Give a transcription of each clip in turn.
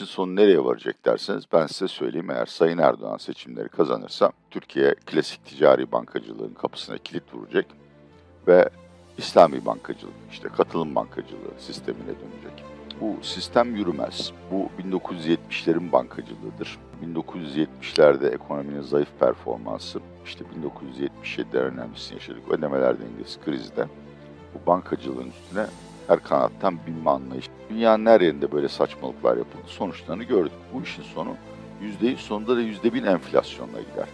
işin sonu nereye varacak derseniz ben size söyleyeyim. Eğer Sayın Erdoğan seçimleri kazanırsa Türkiye klasik ticari bankacılığın kapısına kilit vuracak ve İslami bankacılık, işte katılım bankacılığı sistemine dönecek. Bu sistem yürümez. Bu 1970'lerin bankacılığıdır. 1970'lerde ekonominin zayıf performansı, işte 1977'de önemlisini yaşadık. Ödemeler dengesi krizde bu bankacılığın üstüne her kanattan binme anlayış. Dünyanın her yerinde böyle saçmalıklar yapıldı. Sonuçlarını gördük. Bu işin sonu %100 sonunda da %1000 enflasyonla gider.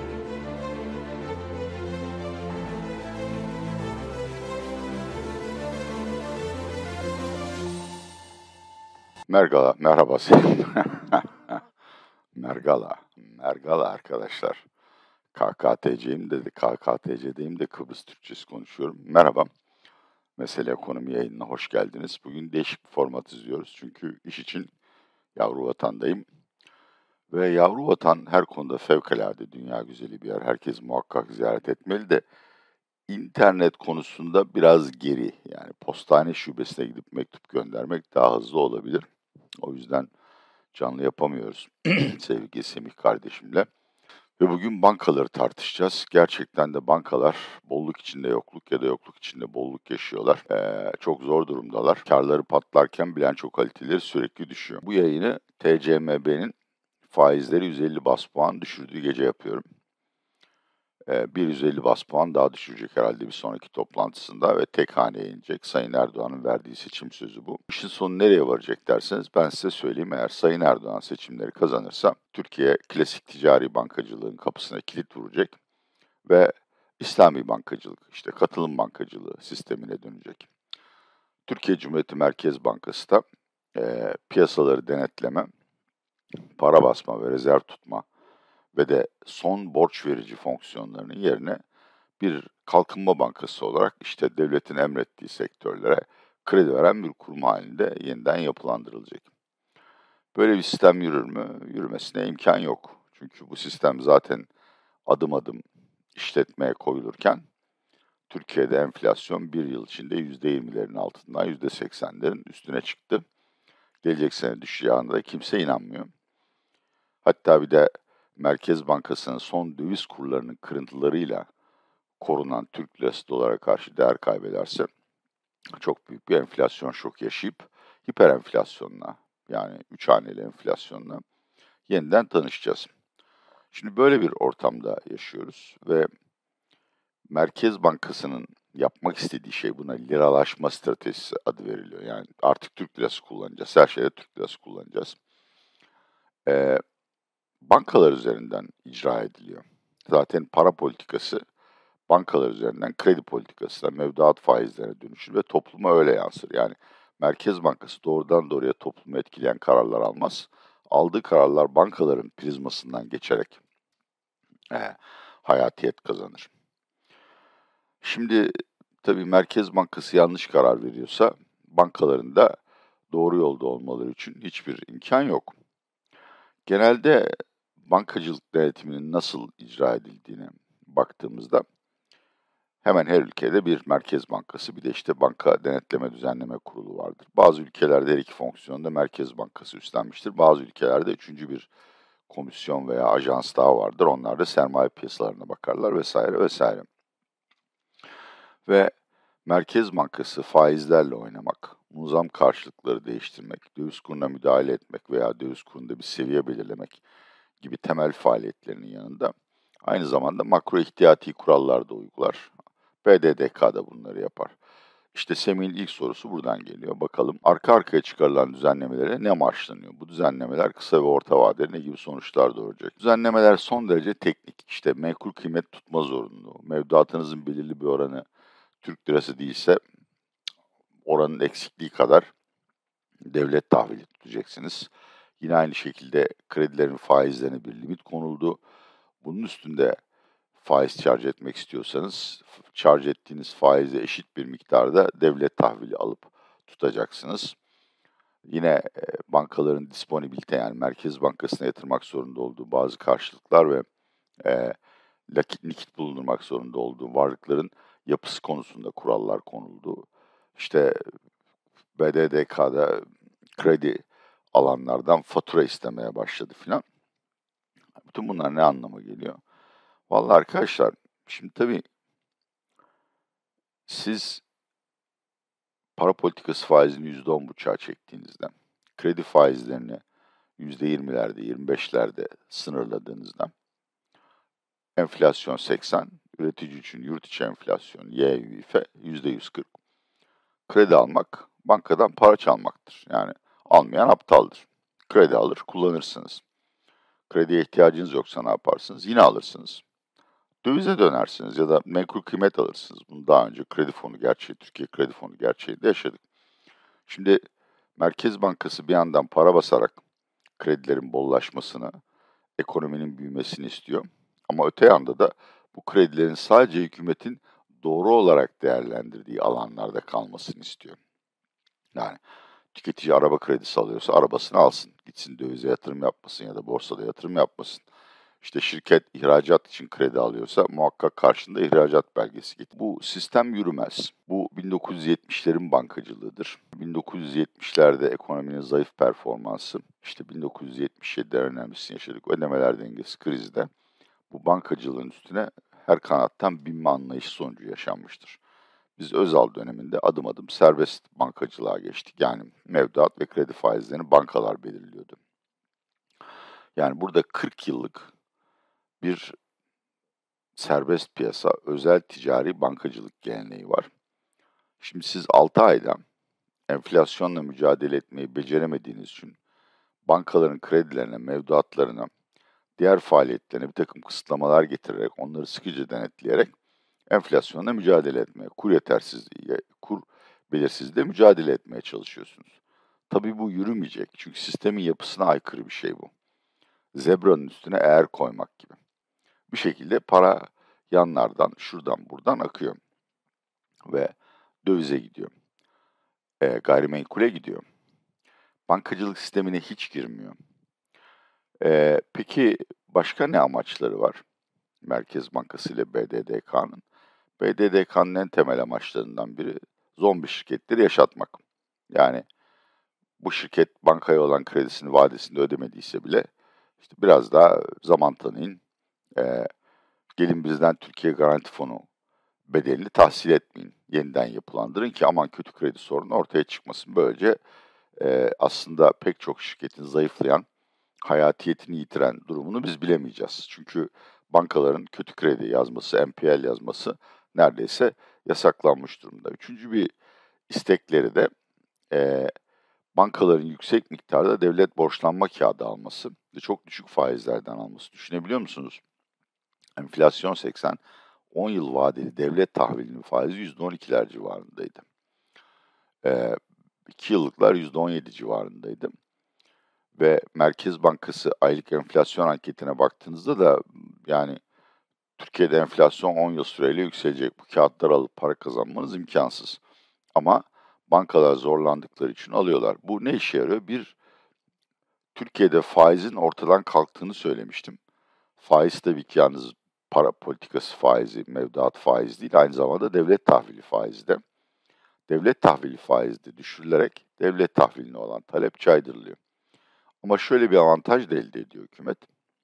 Merhaba Selim. Mergala arkadaşlar. KKTC'yim dedi, KKTC'deyim de Kıbrıs Türkçesi konuşuyorum. Merhaba. Mesele Ekonomi yayınına hoş geldiniz. Bugün değişik bir format izliyoruz. Çünkü iş için yavru vatandayım. Ve yavru vatan her konuda fevkalade dünya güzeli bir yer. Herkes muhakkak ziyaret etmeli de internet konusunda biraz geri. Yani postane şubesine gidip mektup göndermek daha hızlı olabilir. O yüzden canlı yapamıyoruz sevgili Semih kardeşimle. Ve bugün bankaları tartışacağız. Gerçekten de bankalar bolluk içinde yokluk ya da yokluk içinde bolluk yaşıyorlar. Çok zor durumdalar. Karları patlarken bilanço kaliteleri sürekli düşüyor. Bu yayını TCMB'nin faizleri 150 bas puan düşürdüğü gece yapıyorum. Bir 150 bas puan daha düşürecek herhalde bir sonraki toplantısında ve tek haneye inecek. Sayın Erdoğan'ın verdiği seçim sözü bu. İşin sonu nereye varacak derseniz ben size söyleyeyim. Eğer Sayın Erdoğan seçimleri kazanırsa Türkiye klasik ticari bankacılığın kapısına kilit vuracak ve İslami bankacılık, işte katılım bankacılığı sistemine dönecek. Türkiye Cumhuriyeti Merkez Bankası da piyasaları denetleme, para basma ve rezerv tutma ve de son borç verici fonksiyonlarının yerine bir kalkınma bankası olarak işte devletin emrettiği sektörlere kredi veren bir kurum halinde yeniden yapılandırılacak. Böyle bir sistem yürür mü? Yürümesine imkan yok. Çünkü bu sistem zaten adım adım işletmeye koyulurken Türkiye'de enflasyon bir yıl içinde %20'lerin altından %80'lerin üstüne çıktı. Gelecek sene düşeceğine de kimse inanmıyor. Hatta bir de Merkez Bankası'nın son döviz kurlarının kırıntılarıyla korunan Türk lirası dolara karşı değer kaybederse çok büyük bir enflasyon şoku yaşayıp hiperenflasyonla, yani 3 haneli enflasyonla yeniden tanışacağız. Şimdi böyle bir ortamda yaşıyoruz ve Merkez Bankası'nın yapmak istediği şey, buna liralaşma stratejisi adı veriliyor. Yani artık Türk lirası kullanacağız, her şeyde Türk lirası kullanacağız. Bankalar üzerinden icra ediliyor. Zaten para politikası bankalar üzerinden kredi politikasına, mevduat faizlerine dönüşür ve topluma öyle yansır. Yani Merkez Bankası doğrudan doğruya toplumu etkileyen kararlar almaz. Aldığı kararlar bankaların prizmasından geçerek hayatiyet kazanır. Şimdi tabii Merkez Bankası yanlış karar veriyorsa bankaların da doğru yolda olmaları için hiçbir imkan yok. Genelde bankacılık denetiminin nasıl icra edildiğine baktığımızda hemen her ülkede bir Merkez Bankası, bir de işte Banka Denetleme Düzenleme Kurulu vardır. Bazı ülkelerde her iki fonksiyonu da Merkez Bankası üstlenmiştir. Bazı ülkelerde üçüncü bir komisyon veya ajans daha vardır. Onlar da sermaye piyasalarına bakarlar vesaire vesaire. Ve Merkez Bankası faizlerle oynamak, muzam karşılıkları değiştirmek, döviz kuruna müdahale etmek veya döviz kurunda bir seviye belirlemek gibi temel faaliyetlerinin yanında aynı zamanda makro ihtiyati kurallar da uygular. BDDK da bunları yapar. İşte Semih'in ilk sorusu buradan geliyor. Bakalım arka arkaya çıkarılan düzenlemelere ne amaçlanıyor? Bu düzenlemeler kısa ve orta vadede ne gibi sonuçlar doğuracak? Düzenlemeler son derece teknik. İşte menkul kıymet tutma zorunluluğu, mevduatınızın belirli bir oranı Türk lirası değilse oranın eksikliği kadar devlet tahvili tutacaksınız. Yine aynı şekilde kredilerin faizlerine bir limit konuldu. Bunun üstünde faiz charge etmek istiyorsanız, charge ettiğiniz faize eşit bir miktarda devlet tahvili alıp tutacaksınız. Yine bankaların disponibilite, yani Merkez Bankası'na yatırmak zorunda olduğu bazı karşılıklar ve e, nakit bulundurmak zorunda olduğu varlıkların yapısı konusunda kurallar konuldu. İşte BDDK'da kredi alanlardan fatura istemeye başladı filan. Bütün bunlar ne anlama geliyor? Vallahi arkadaşlar, şimdi tabii siz para politikası faizini %10,5'a çektiğinizde, kredi faizlerini %20'lerde, 25'lerde sınırladığınızda, enflasyon 80, üretici için yurt içi enflasyon YÜİF %140. Kredi almak bankadan para çalmaktır. Yani almayan aptaldır. Kredi alır, kullanırsınız. Krediye ihtiyacınız yoksa ne yaparsınız? Yine alırsınız. Dövize dönersiniz ya da menkul kıymet alırsınız. Bunu daha önce kredi fonu gerçeği, Türkiye Kredi Fonu gerçeğinde yaşadık. Şimdi Merkez Bankası bir yandan para basarak kredilerin bollaşmasını, ekonominin büyümesini istiyor. Ama öte yanda da bu kredilerin sadece hükümetin doğru olarak değerlendirdiği alanlarda kalmasını istiyor. Yani tüketici araba kredisi alıyorsa arabasını alsın. Gitsin dövize yatırım yapmasın ya da borsada yatırım yapmasın. İşte şirket ihracat için kredi alıyorsa muhakkak karşında ihracat belgesi getir. Bu sistem yürümez. Bu 1970'lerin bankacılığıdır. 1970'lerde ekonominin zayıf performansı, işte 1977'de önemlisini yaşadık. Ödemeler dengesi krizde bu bankacılığın üstüne her kanattan binme anlayışı sonucu yaşanmıştır. Biz Özal döneminde adım adım serbest bankacılığa geçtik. Yani mevduat ve kredi faizlerini bankalar belirliyordu. Yani burada 40 yıllık bir serbest piyasa, özel ticari bankacılık geleneği var. Şimdi siz 6 ayda enflasyonla mücadele etmeyi beceremediğiniz için bankaların kredilerine, mevduatlarına, diğer faaliyetlerine bir takım kısıtlamalar getirerek, onları sıkıca denetleyerek enflasyonla mücadele etmeye, kur yetersizliği, kur belirsizliğiyle mücadele etmeye çalışıyorsunuz. Tabii bu yürümeyecek çünkü sistemin yapısına aykırı bir şey bu. Zebranın üstüne eğer koymak gibi. Bir şekilde para yanlardan, şuradan buradan akıyor ve dövize gidiyor, gayrimenkule gidiyor. Bankacılık sistemine hiç girmiyor. Peki başka ne amaçları var Merkez Bankası ile BDDK'nın? BDDK'nın en temel amaçlarından biri zombi şirketleri yaşatmak. Yani bu şirket bankaya olan kredisini vadesinde ödemediyse bile işte biraz daha zaman tanıyın, eee, gelin bizden Türkiye Garanti Fonu bedelini tahsil etmeyin, yeniden yapılandırın ki aman kötü kredi sorunu ortaya çıkmasın. Böylece aslında pek çok şirketin zayıflayan, hayatiyetini yitiren durumunu biz bilemeyeceğiz. Çünkü bankaların kötü kredi yazması, NPL yazması neredeyse yasaklanmış durumda. Üçüncü bir istekleri de eee, bankaların yüksek miktarda devlet borçlanma kağıdı alması ve çok düşük faizlerden alması. Düşünebiliyor musunuz? Enflasyon 80, 10 yıl vadeli devlet tahvilinin faizi %12'ler civarındaydı. Eee 2 yıllıklar %17 civarındaydı ve Merkez Bankası aylık enflasyon anketine baktığınızda da yani Türkiye'de enflasyon 10 yıl süreyle yükselecek. Bu kağıtları alıp para kazanmanız imkansız. Ama bankalar zorlandıkları için alıyorlar. Bu ne işe yarıyor? Bir, Türkiye'de faizin ortadan kalktığını söylemiştim. Faiz tabii ki yalnız para politikası faizi, mevduat faizi değil, aynı zamanda devlet tahvili faizi de. Devlet tahvili faizi de düşürülerek devlet tahviline olan talep caydırılıyor. Ama şöyle bir avantaj da elde ediyor hükümet.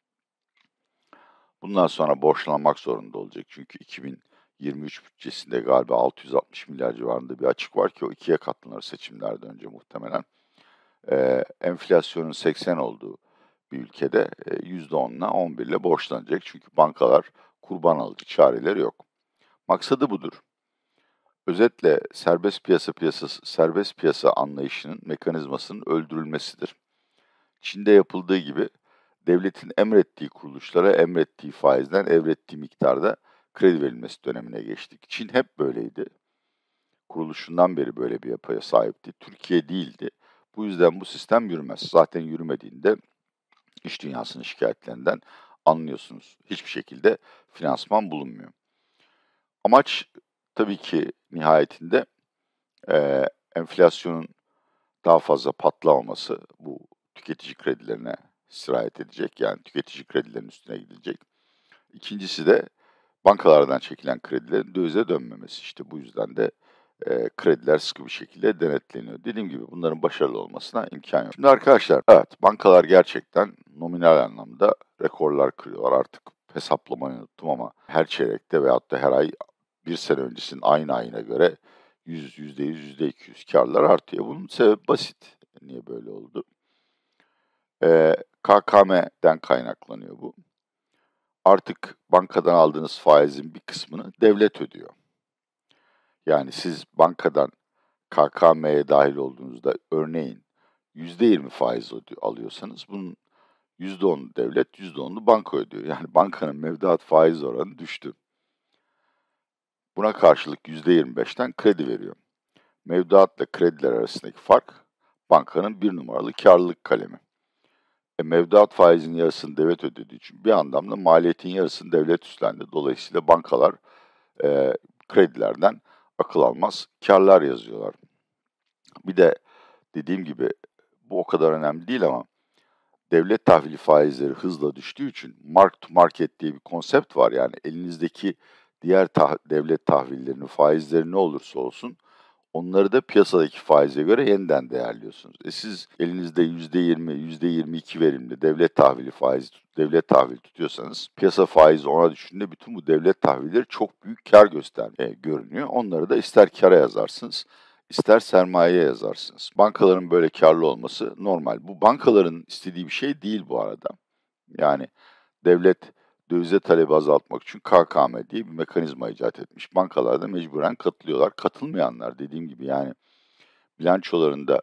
Bundan sonra borçlanmak zorunda olacak. Çünkü 2023 bütçesinde galiba 660 milyar civarında bir açık var ki o ikiye katlanır seçimlerden önce muhtemelen. Enflasyonun 80 olduğu bir ülkede %10'la 11'le borçlanacak. Çünkü bankalar kurban alıcı çareleri yok. Maksadı budur. Özetle serbest piyasa anlayışının mekanizmasının öldürülmesidir. Çin'de yapıldığı gibi devletin emrettiği kuruluşlara emrettiği faizden emrettiği miktarda kredi verilmesi dönemine geçtik. Çin hep böyleydi. Kuruluşundan beri böyle bir yapıya sahipti. Türkiye değildi. Bu yüzden bu sistem yürümez. Zaten yürümediğinde iş dünyasının şikayetlerinden anlıyorsunuz. Hiçbir şekilde finansman bulunmuyor. Amaç tabii ki nihayetinde enflasyonun daha fazla patlamaması, bu tüketici kredilerine sirayet edecek. Yani tüketici kredilerinin üstüne gidilecek. İkincisi de bankalardan çekilen kredilerin dövize dönmemesi. İşte bu yüzden de krediler sıkı bir şekilde denetleniyor. Dediğim gibi bunların başarılı olmasına imkan yok. Şimdi arkadaşlar, evet bankalar gerçekten nominal anlamda rekorlar kırıyorlar. Artık hesaplamayı unuttum ama her çeyrekte veyahut da her ay bir sene öncesinin aynı ayına göre %100, %200 kârlar artıyor. Bunun sebebi basit. Niye böyle oldu? KKM'den kaynaklanıyor bu. Artık bankadan aldığınız faizin bir kısmını devlet ödüyor. Yani siz bankadan KKM'ye dahil olduğunuzda örneğin %20 faiz alıyorsanız bunun %10'unu devlet, %10'unu banka ödüyor. Yani bankanın mevduat faiz oranı düştü. Buna karşılık %25'ten kredi veriyor. Mevduatla krediler arasındaki fark bankanın bir numaralı kârlılık kalemi. Mevduat faizinin yarısını devlet ödediği için bir anlamda maliyetin yarısını devlet üstlendi. Dolayısıyla bankalar kredilerden akıl almaz kârlar yazıyorlar. Bir de dediğim gibi bu o kadar önemli değil ama devlet tahvili faizleri hızla düştüğü için mark to market diye bir konsept var. Yani elinizdeki diğer devlet tahvillerinin faizleri ne olursa olsun onları da piyasadaki faize göre yeniden değerliyorsunuz. Siz elinizde %20, %22 verimli devlet tahvili tutuyorsanız piyasa faizi ona düşündüğünde bütün bu devlet tahvilleri çok büyük kar görünüyor. Onları da ister kara yazarsınız, ister sermayeye yazarsınız. Bankaların böyle karlı olması normal. Bu bankaların istediği bir şey değil bu arada. Yani devlet dövize talebi azaltmak için KKM diye bir mekanizma icat etmiş. Bankalar da mecburen katılıyorlar. Katılmayanlar dediğim gibi yani bilançolarında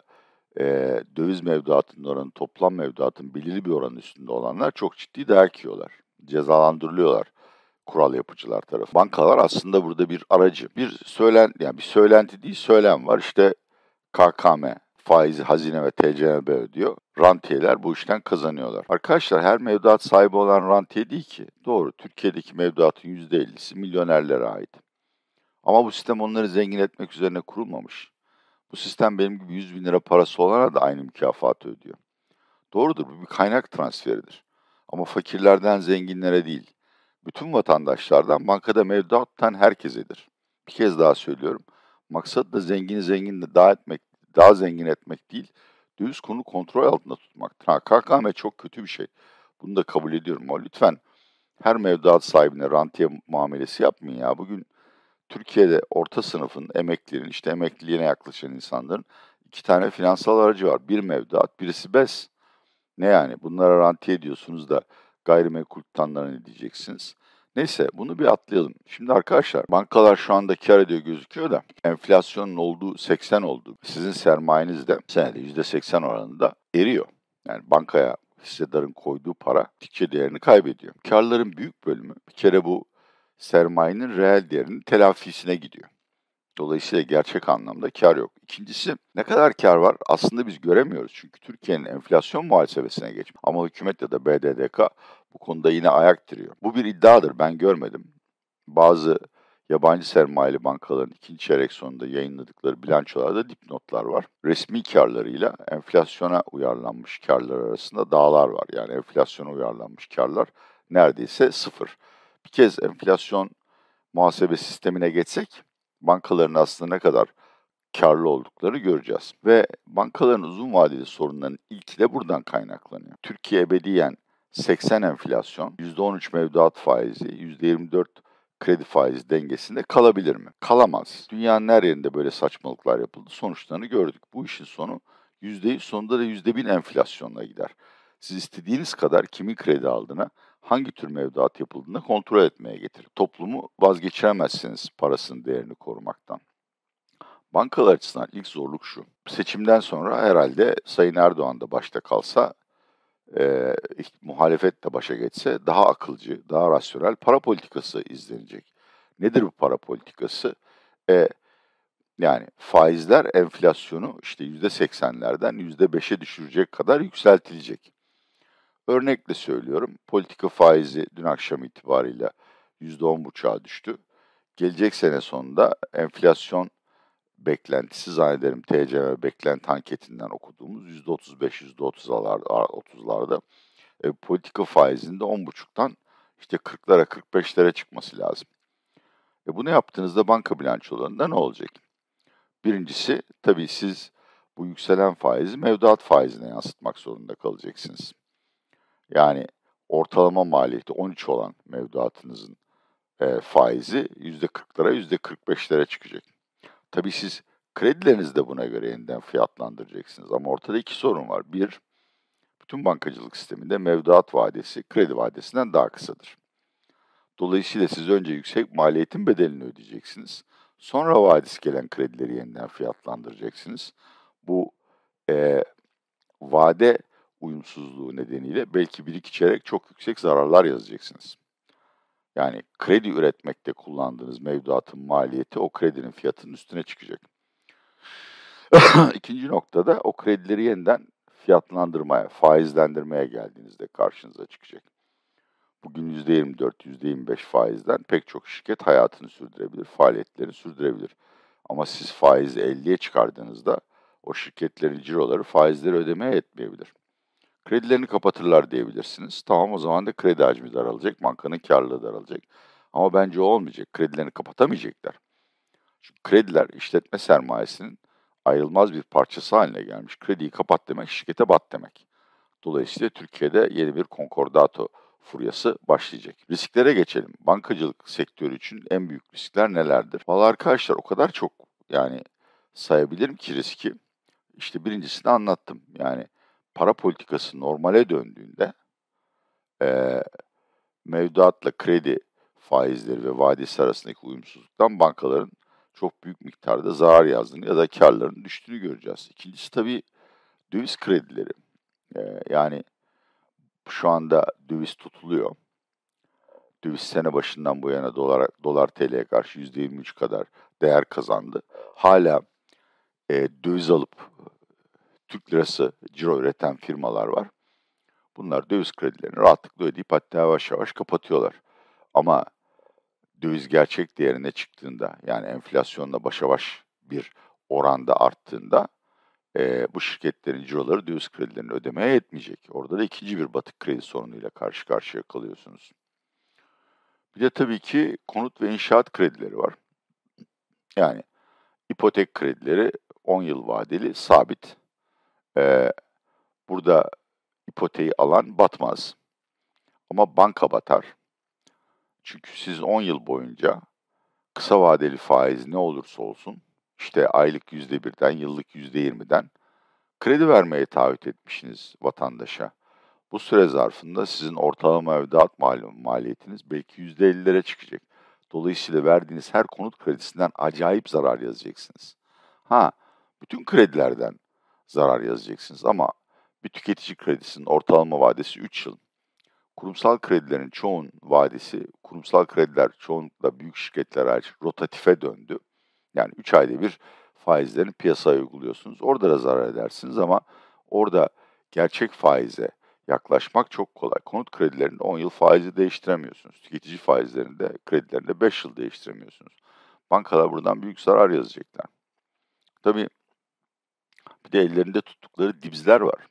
döviz mevduatının oranı toplam mevduatın belirli bir oranın üstünde olanlar çok ciddi dayak yiyorlar. Cezalandırılıyorlar kural yapıcılar tarafı. Bankalar aslında burada bir aracı. Bir söylenti değil söylem var. İşte KKM, faizi hazine ve TCMB ödüyor. Rantiyeler bu işten kazanıyorlar. Arkadaşlar her mevduat sahibi olan rantiye değil ki. Doğru, Türkiye'deki mevduatın %50'si milyonerlere ait. Ama bu sistem onları zengin etmek üzerine kurulmamış. Bu sistem benim gibi 100 bin lira parası olana da aynı mükafatı ödüyor. Doğrudur, bu bir kaynak transferidir. Ama fakirlerden zenginlere değil, bütün vatandaşlardan bankada mevduat tutan herkesedir. Bir kez daha söylüyorum, maksat da zengini daha zengin etmek değil, döviz kurunu kontrol altında tutmaktır. KKM çok kötü bir şey. Bunu da kabul ediyorum ama lütfen her mevduat sahibine rantiye muamelesi yapmayın ya. Bugün Türkiye'de orta sınıfın, emeklilerin, işte emekliliğine yaklaşan insanların iki tane finansal aracı var. Bir mevduat, birisi BES. Ne yani? Bunlara rantiye ediyorsunuz da gayrimenkul tutanlara ne diyeceksiniz? Neyse bunu bir atlayalım. Şimdi arkadaşlar bankalar şu anda kâr ediyor gözüküyor da enflasyonun olduğu 80 oldu. Sizin sermayeniz de senede %80 oranında eriyor. Yani bankaya hissedarın koyduğu para gittikçe değerini kaybediyor. Kârların büyük bölümü bir kere bu sermayenin reel değerinin telafisine gidiyor. Dolayısıyla gerçek anlamda kâr yok. İkincisi ne kadar kâr var aslında biz göremiyoruz. Çünkü Türkiye'nin enflasyon muhasebesine geçmiş. Ama hükümet ya da BDDK bu konuda yine ayak diriyor. Bu bir iddiadır ben görmedim. Bazı yabancı sermayeli bankaların ikinci çeyrek sonunda yayınladıkları bilançolarda dipnotlar var. Resmi kârlarıyla enflasyona uyarlanmış kârlar arasında dağlar var. Yani enflasyona uyarlanmış kârlar neredeyse sıfır. Bir kez enflasyon muhasebe sistemine geçsek bankaların aslında ne kadar kârlı olduklarını göreceğiz. Ve bankaların uzun vadeli sorunlarının ilki de buradan kaynaklanıyor. Türkiye ebediyen 80 enflasyon, %13 mevduat faizi, %24 kredi faizi dengesinde kalabilir mi? Kalamaz. Dünyanın her yerinde böyle saçmalıklar yapıldı. Sonuçlarını gördük. Bu işin sonu %100 sonunda da %1000 enflasyonla gider. Siz istediğiniz kadar kimin kredi aldığına, hangi tür mevduat yapıldığını kontrol etmeye getirir. Toplumu vazgeçiremezsiniz parasının değerini korumaktan. Bankalar açısından ilk zorluk şu: seçimden sonra herhalde Sayın Erdoğan da başta kalsa, muhalefet de başa geçse daha akılcı, daha rasyonel para politikası izlenecek. Nedir bu para politikası? Eee, Yani faizler enflasyonu işte %80'lerden %5'e düşürecek kadar yükseltilecek. Örnekle söylüyorum, politika faizi dün akşam itibarıyla %10,5'a düştü. Gelecek sene sonunda enflasyon beklentisi zannederim TCMB beklenti anketinden okuduğumuz %35, %30'larda politika faizinde 10,5'tan işte 40'lara 45'lere çıkması lazım. Bunu yaptığınızda banka bilançolarında ne olacak? Birincisi, tabii siz bu yükselen faizi mevduat faizine yansıtmak zorunda kalacaksınız. Yani ortalama maliyeti 13 olan mevduatınızın faizi %40'lara, %45'lere çıkacak. Tabii siz kredilerinizi de buna göre yeniden fiyatlandıracaksınız ama ortada iki sorun var. Bir, bütün bankacılık sisteminde mevduat vadesi kredi vadesinden daha kısadır. Dolayısıyla siz önce yüksek maliyetin bedelini ödeyeceksiniz. Sonra vadesi gelen kredileri yeniden fiyatlandıracaksınız. Bu eee, vade uyumsuzluğu nedeniyle belki bir iki çeyrek çok yüksek zararlar yazacaksınız. Yani kredi üretmekte kullandığınız mevduatın maliyeti o kredinin fiyatının üstüne çıkacak. İkinci noktada o kredileri yeniden fiyatlandırmaya, faizlendirmeye geldiğinizde karşınıza çıkacak. Bugün %24, %25 faizden pek çok şirket hayatını sürdürebilir, faaliyetlerini sürdürebilir. Ama siz faizi 50'ye çıkardığınızda o şirketlerin ciroları faizleri ödemeye yetmeyebilir. Kredilerini kapatırlar diyebilirsiniz. Tamam, o zaman da kredi hacmi daralacak, bankanın kârlılığı daralacak. Ama bence o olmayacak. Kredilerini kapatamayacaklar. Çünkü krediler işletme sermayesinin ayrılmaz bir parçası haline gelmiş. Krediyi kapat demek şirkete bat demek. Dolayısıyla Türkiye'de yeni bir konkordato furyası başlayacak. Risklere geçelim. Bankacılık sektörü için en büyük riskler nelerdir? Vallahi arkadaşlar o kadar çok yani sayabilirim ki riski. İşte birincisini anlattım. Yani para politikası normale döndüğünde eee, mevduatla kredi faizleri ve vadesi arasındaki uyumsuzluktan bankaların çok büyük miktarda zarar yazdığını ya da kârlarının düştüğünü göreceğiz. İkincisi tabii döviz kredileri. Yani şu anda döviz tutuluyor. Döviz sene başından bu yana dolar TL'ye karşı %23 kadar değer kazandı. Hala döviz alıp Türk lirası ciro üreten firmalar var. Bunlar döviz kredilerini rahatlıkla ödeyip hatta yavaş yavaş kapatıyorlar. Ama döviz gerçek değerine çıktığında yani enflasyonla başa baş bir oranda arttığında bu şirketlerin ciroları döviz kredilerini ödemeye yetmeyecek. Orada da ikinci bir batık kredi sorunuyla karşı karşıya kalıyorsunuz. Bir de tabii ki konut ve inşaat kredileri var. Yani ipotek kredileri 10 yıl vadeli, sabit. Eee, Burada ipoteği alan batmaz ama banka batar. Çünkü siz 10 yıl boyunca kısa vadeli faiz ne olursa olsun, işte aylık %1'den, yıllık %20'den kredi vermeye taahhüt etmişsiniz vatandaşa. Bu süre zarfında sizin ortalama mevduat maliyetiniz belki %50'lere çıkacak. Dolayısıyla verdiğiniz her konut kredisinden acayip zarar yazacaksınız. Ha, bütün kredilerden zarar yazacaksınız ama bir tüketici kredisinin ortalama vadesi 3 yıl. Kurumsal kredilerin kurumsal krediler çoğunlukla büyük şirketler hariç rotatife döndü. Yani 3 ayda bir faizlerini piyasaya uyguluyorsunuz. Orada da zarar edersiniz ama orada gerçek faize yaklaşmak çok kolay. Konut kredilerinde 10 yıl faizi değiştiremiyorsunuz. Tüketici faizlerinde, kredilerinde 5 yıl değiştiremiyorsunuz. Bankalar buradan büyük zarar yazacaklar. Tabii bir de ellerinde tuttukları dibizler var.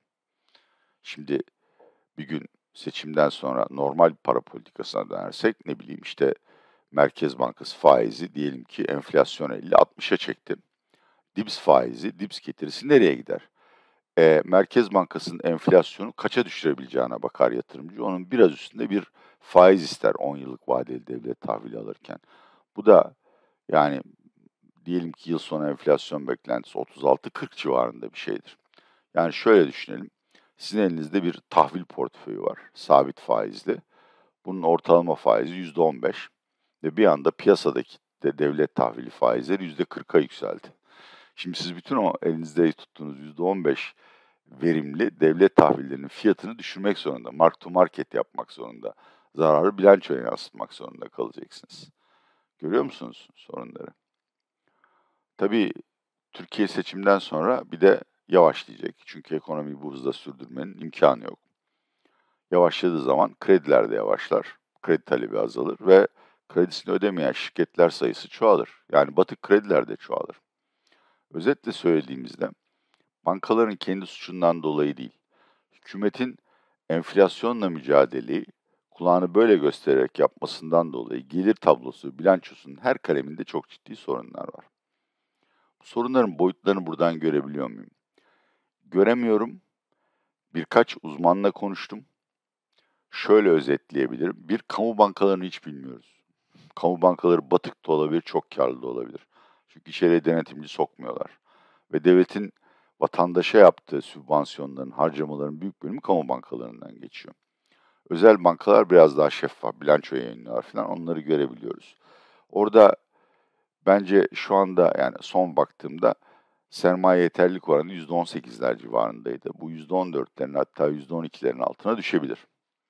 Şimdi bir gün seçimden sonra normal para politikasına dönersek ne bileyim işte Merkez Bankası faizi diyelim ki enflasyon 50-60'a çekti. Dibs getirisi nereye gider? Merkez Bankası'nın enflasyonu kaça düşürebileceğine bakar yatırımcı. Onun biraz üstünde bir faiz ister 10 yıllık vadeli devlet tahvili alırken. Bu da yani diyelim ki yıl sonu enflasyon beklentisi 36-40 civarında bir şeydir. Yani şöyle düşünelim. Sizin elinizde bir tahvil portföyü var, sabit faizli. Bunun ortalama faizi %15 ve bir anda piyasadaki devlet tahvili faizleri %40'a yükseldi. Şimdi siz bütün o elinizde tuttuğunuz %15 verimli devlet tahvillerinin fiyatını düşürmek zorunda, mark to market yapmak zorunda, zararı bilançoya yansıtmak zorunda kalacaksınız. Görüyor musunuz sorunları? Tabii Türkiye seçimden sonra bir de yavaşlayacak. Çünkü ekonomiyi bu hızla sürdürmenin imkânı yok. Yavaşladığı zaman krediler de yavaşlar, kredi talebi azalır ve kredisini ödemeyen şirketler sayısı çoğalır. Yani batık krediler de çoğalır. Özetle söylediğimizde bankaların kendi suçundan dolayı değil, hükümetin enflasyonla mücadeleyi kulağını böyle göstererek yapmasından dolayı gelir tablosu, bilançosunun her kaleminde çok ciddi sorunlar var. Sorunların boyutlarını buradan görebiliyor muyum? Göremiyorum. Birkaç uzmanla konuştum. Şöyle özetleyebilirim. Bir, kamu bankalarını hiç bilmiyoruz. Kamu bankaları batık da olabilir, çok kârlı da olabilir. Çünkü içeriye denetimci sokmuyorlar. Ve devletin vatandaşa yaptığı sübvansiyonların, harcamaların büyük bölümü kamu bankalarından geçiyor. Özel bankalar biraz daha şeffaf, bilanço yayınlıyorlar falan, onları görebiliyoruz. Orada bence şu anda yani son baktığımda sermaye yeterlilik oranı %18'ler civarındaydı. Bu %14'lerin hatta %12'lerin altına düşebilir.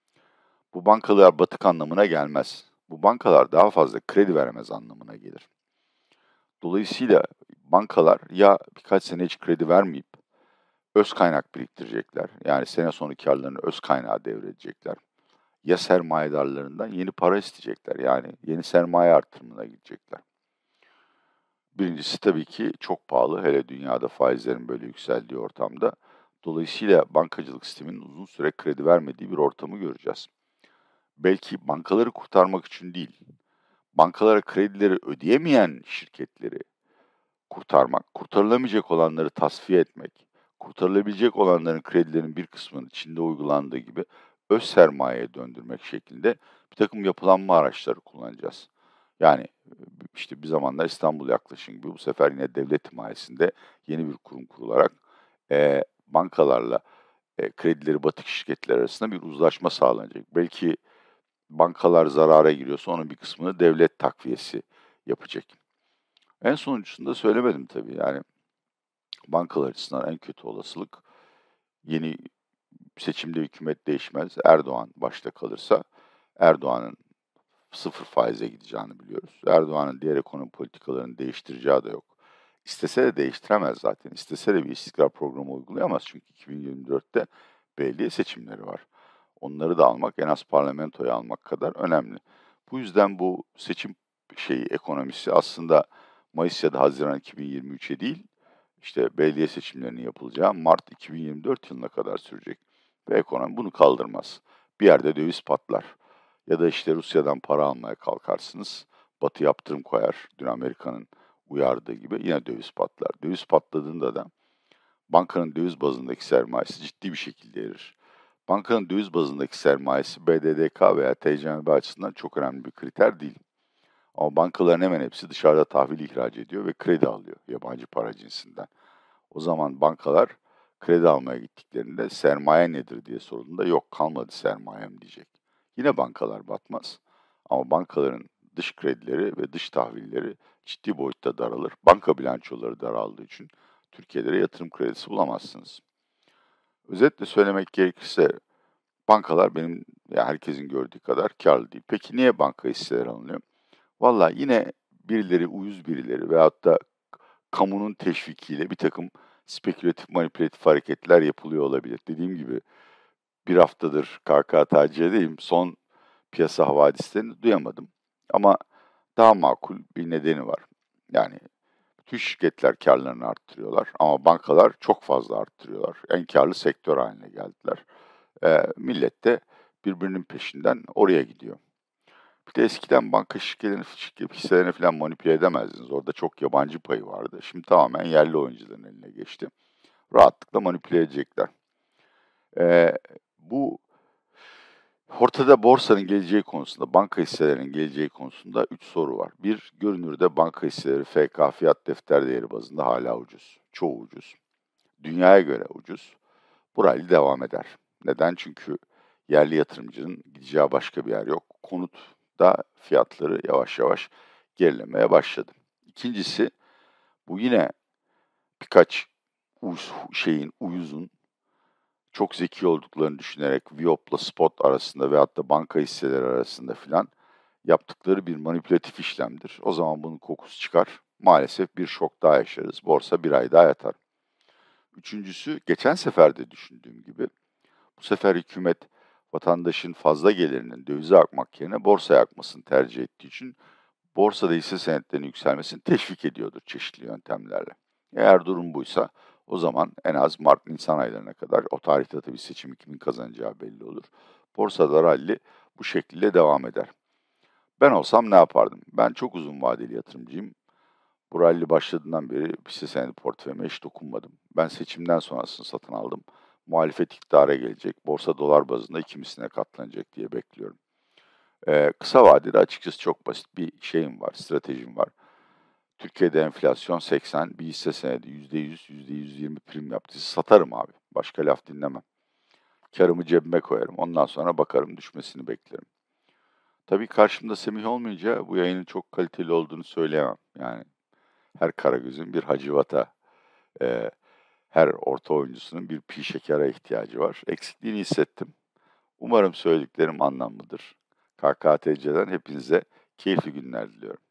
Bu bankalar batık anlamına gelmez. Bu bankalar daha fazla kredi veremez anlamına gelir. Dolayısıyla bankalar ya birkaç sene hiç kredi vermeyip öz kaynak biriktirecekler. Yani sene sonu kârlarını öz kaynağa devredecekler. Ya sermayedarlarından yeni para isteyecekler. Yani yeni sermaye artırımına gidecekler. Birincisi tabii ki çok pahalı. Hele dünyada faizlerin böyle yükseldiği ortamda. Dolayısıyla bankacılık sisteminin uzun süre kredi vermediği bir ortamı göreceğiz. Belki bankaları kurtarmak için değil, bankalara kredileri ödeyemeyen şirketleri kurtarmak, kurtarılamayacak olanları tasfiye etmek, kurtarılabilecek olanların kredilerin bir kısmının Çin'de uygulandığı gibi öz sermayeye döndürmek şeklinde birtakım yapılanma araçları kullanacağız. Yani işte bir zamanlar İstanbul Yaklaşım gibi bu sefer yine devlet himayesinde yeni bir kurum kurularak bankalarla kredileri batık şirketler arasında bir uzlaşma sağlanacak. Belki bankalar zarara giriyorsa onun bir kısmını devlet takviyesi yapacak. En sonuncusunu da söylemedim tabii. Yani bankalar açısından en kötü olasılık yeni seçimde hükümet değişmez. Erdoğan başta kalırsa Erdoğan'ın sıfır faize gideceğini biliyoruz. Erdoğan'ın diğer ekonomi politikalarını değiştireceği de yok. İstese de değiştiremez zaten. İstese de bir istikrar programı uygulayamaz. Çünkü 2024'te belediye seçimleri var. Onları da almak en az parlamentoyu almak kadar önemli. Bu yüzden bu seçim ekonomisi aslında Mayıs ya da Haziran 2023'e değil, işte belediye seçimlerinin yapılacağı Mart 2024 yılına kadar sürecek. Ve ekonomi bunu kaldırmaz. Bir yerde döviz patlar. Ya da işte Rusya'dan para almaya kalkarsınız. Batı yaptırım koyar. Dün Amerika'nın uyardığı gibi yine döviz patlar. Döviz patladığında da bankanın döviz bazındaki sermayesi ciddi bir şekilde erir. Bankanın döviz bazındaki sermayesi BDDK veya TCMB açısından çok önemli bir kriter değil. Ama bankaların hemen hepsi dışarıda tahvil ihraç ediyor ve kredi alıyor yabancı para cinsinden. O zaman bankalar kredi almaya gittiklerinde sermaye nedir diye sorulduğunda yok kalmadı sermayem diyecek. Yine bankalar batmaz ama bankaların dış kredileri ve dış tahvilleri ciddi boyutta daralır. Banka bilançoları daraldığı için Türkiye'de yatırım kredisi bulamazsınız. Özetle söylemek gerekirse bankalar herkesin gördüğü kadar kârlı değil. Peki niye banka hisseleri alınıyor? Valla yine birileri, uyuz birileri veyahut da kamunun teşvikiyle birtakım spekülatif, manipülatif hareketler yapılıyor olabilir. Dediğim gibi bir haftadır KKTC'deyim. Son piyasa havadislerini duyamadım. Ama daha makul bir nedeni var. Yani bütün şirketler kârlarını arttırıyorlar ama bankalar çok fazla arttırıyorlar. En kârlı sektör haline geldiler. Millet de birbirinin peşinden oraya gidiyor. Bir de eskiden banka şirket hisselerini falan manipüle edemezdiniz. Orada çok yabancı payı vardı. Şimdi tamamen yerli oyuncuların eline geçti. Rahatlıkla manipüle edecekler. Bu ortada borsanın geleceği konusunda, banka hisselerinin geleceği konusunda 3 soru var. Bir, görünürde banka hisseleri FK fiyat defter değeri bazında hala ucuz. Çoğu ucuz. Dünyaya göre ucuz. Bu rally devam eder. Neden? Çünkü yerli yatırımcının gideceği başka bir yer yok. Konutta fiyatları yavaş yavaş gerilemeye başladı. İkincisi, bu yine birkaç uyuzun çok zeki olduklarını düşünerek Viop'la Spot arasında veyahut da banka hisseleri arasında filan yaptıkları bir manipülatif işlemdir. O zaman bunun kokusu çıkar. Maalesef bir şok daha yaşarız. Borsa bir ay daha yatar. Üçüncüsü, geçen sefer de düşündüğüm gibi bu sefer hükümet vatandaşın fazla gelirinin dövize akmak yerine borsaya akmasını tercih ettiği için borsada hisse senetlerinin yükselmesini teşvik ediyordur çeşitli yöntemlerle. Eğer durum buysa o zaman en az Mart-Nisan aylarına kadar o tarihte tabii seçimi kimin kazanacağı belli olur. Borsada rally bu şekilde devam eder. Ben olsam ne yapardım? Ben çok uzun vadeli yatırımcıyım. Bu rally başladığından beri hisse senedi portföyüme hiç dokunmadım. Ben seçimden sonrasını satın aldım. Muhalefet iktidara gelecek, borsa dolar bazında 2 misline katlanacak diye bekliyorum. Kısa vadede açıkçası çok basit bir şeyim var, stratejim var. Türkiye'de enflasyon 80, bir hisse senedi %100, %120 prim yaptıysa satarım abi. Başka laf dinlemem. Kârımı cebime koyarım. Ondan sonra bakarım, düşmesini beklerim. Tabii karşımda Semih olmayınca bu yayının çok kaliteli olduğunu söyleyemem. Yani her Karagöz'ün bir Hacivat'a, eee, her orta oyuncusunun bir pi şekere ihtiyacı var. Eksikliğini hissettim. Umarım söylediklerim anlamlıdır. KKTC'den hepinize keyifli günler diliyorum.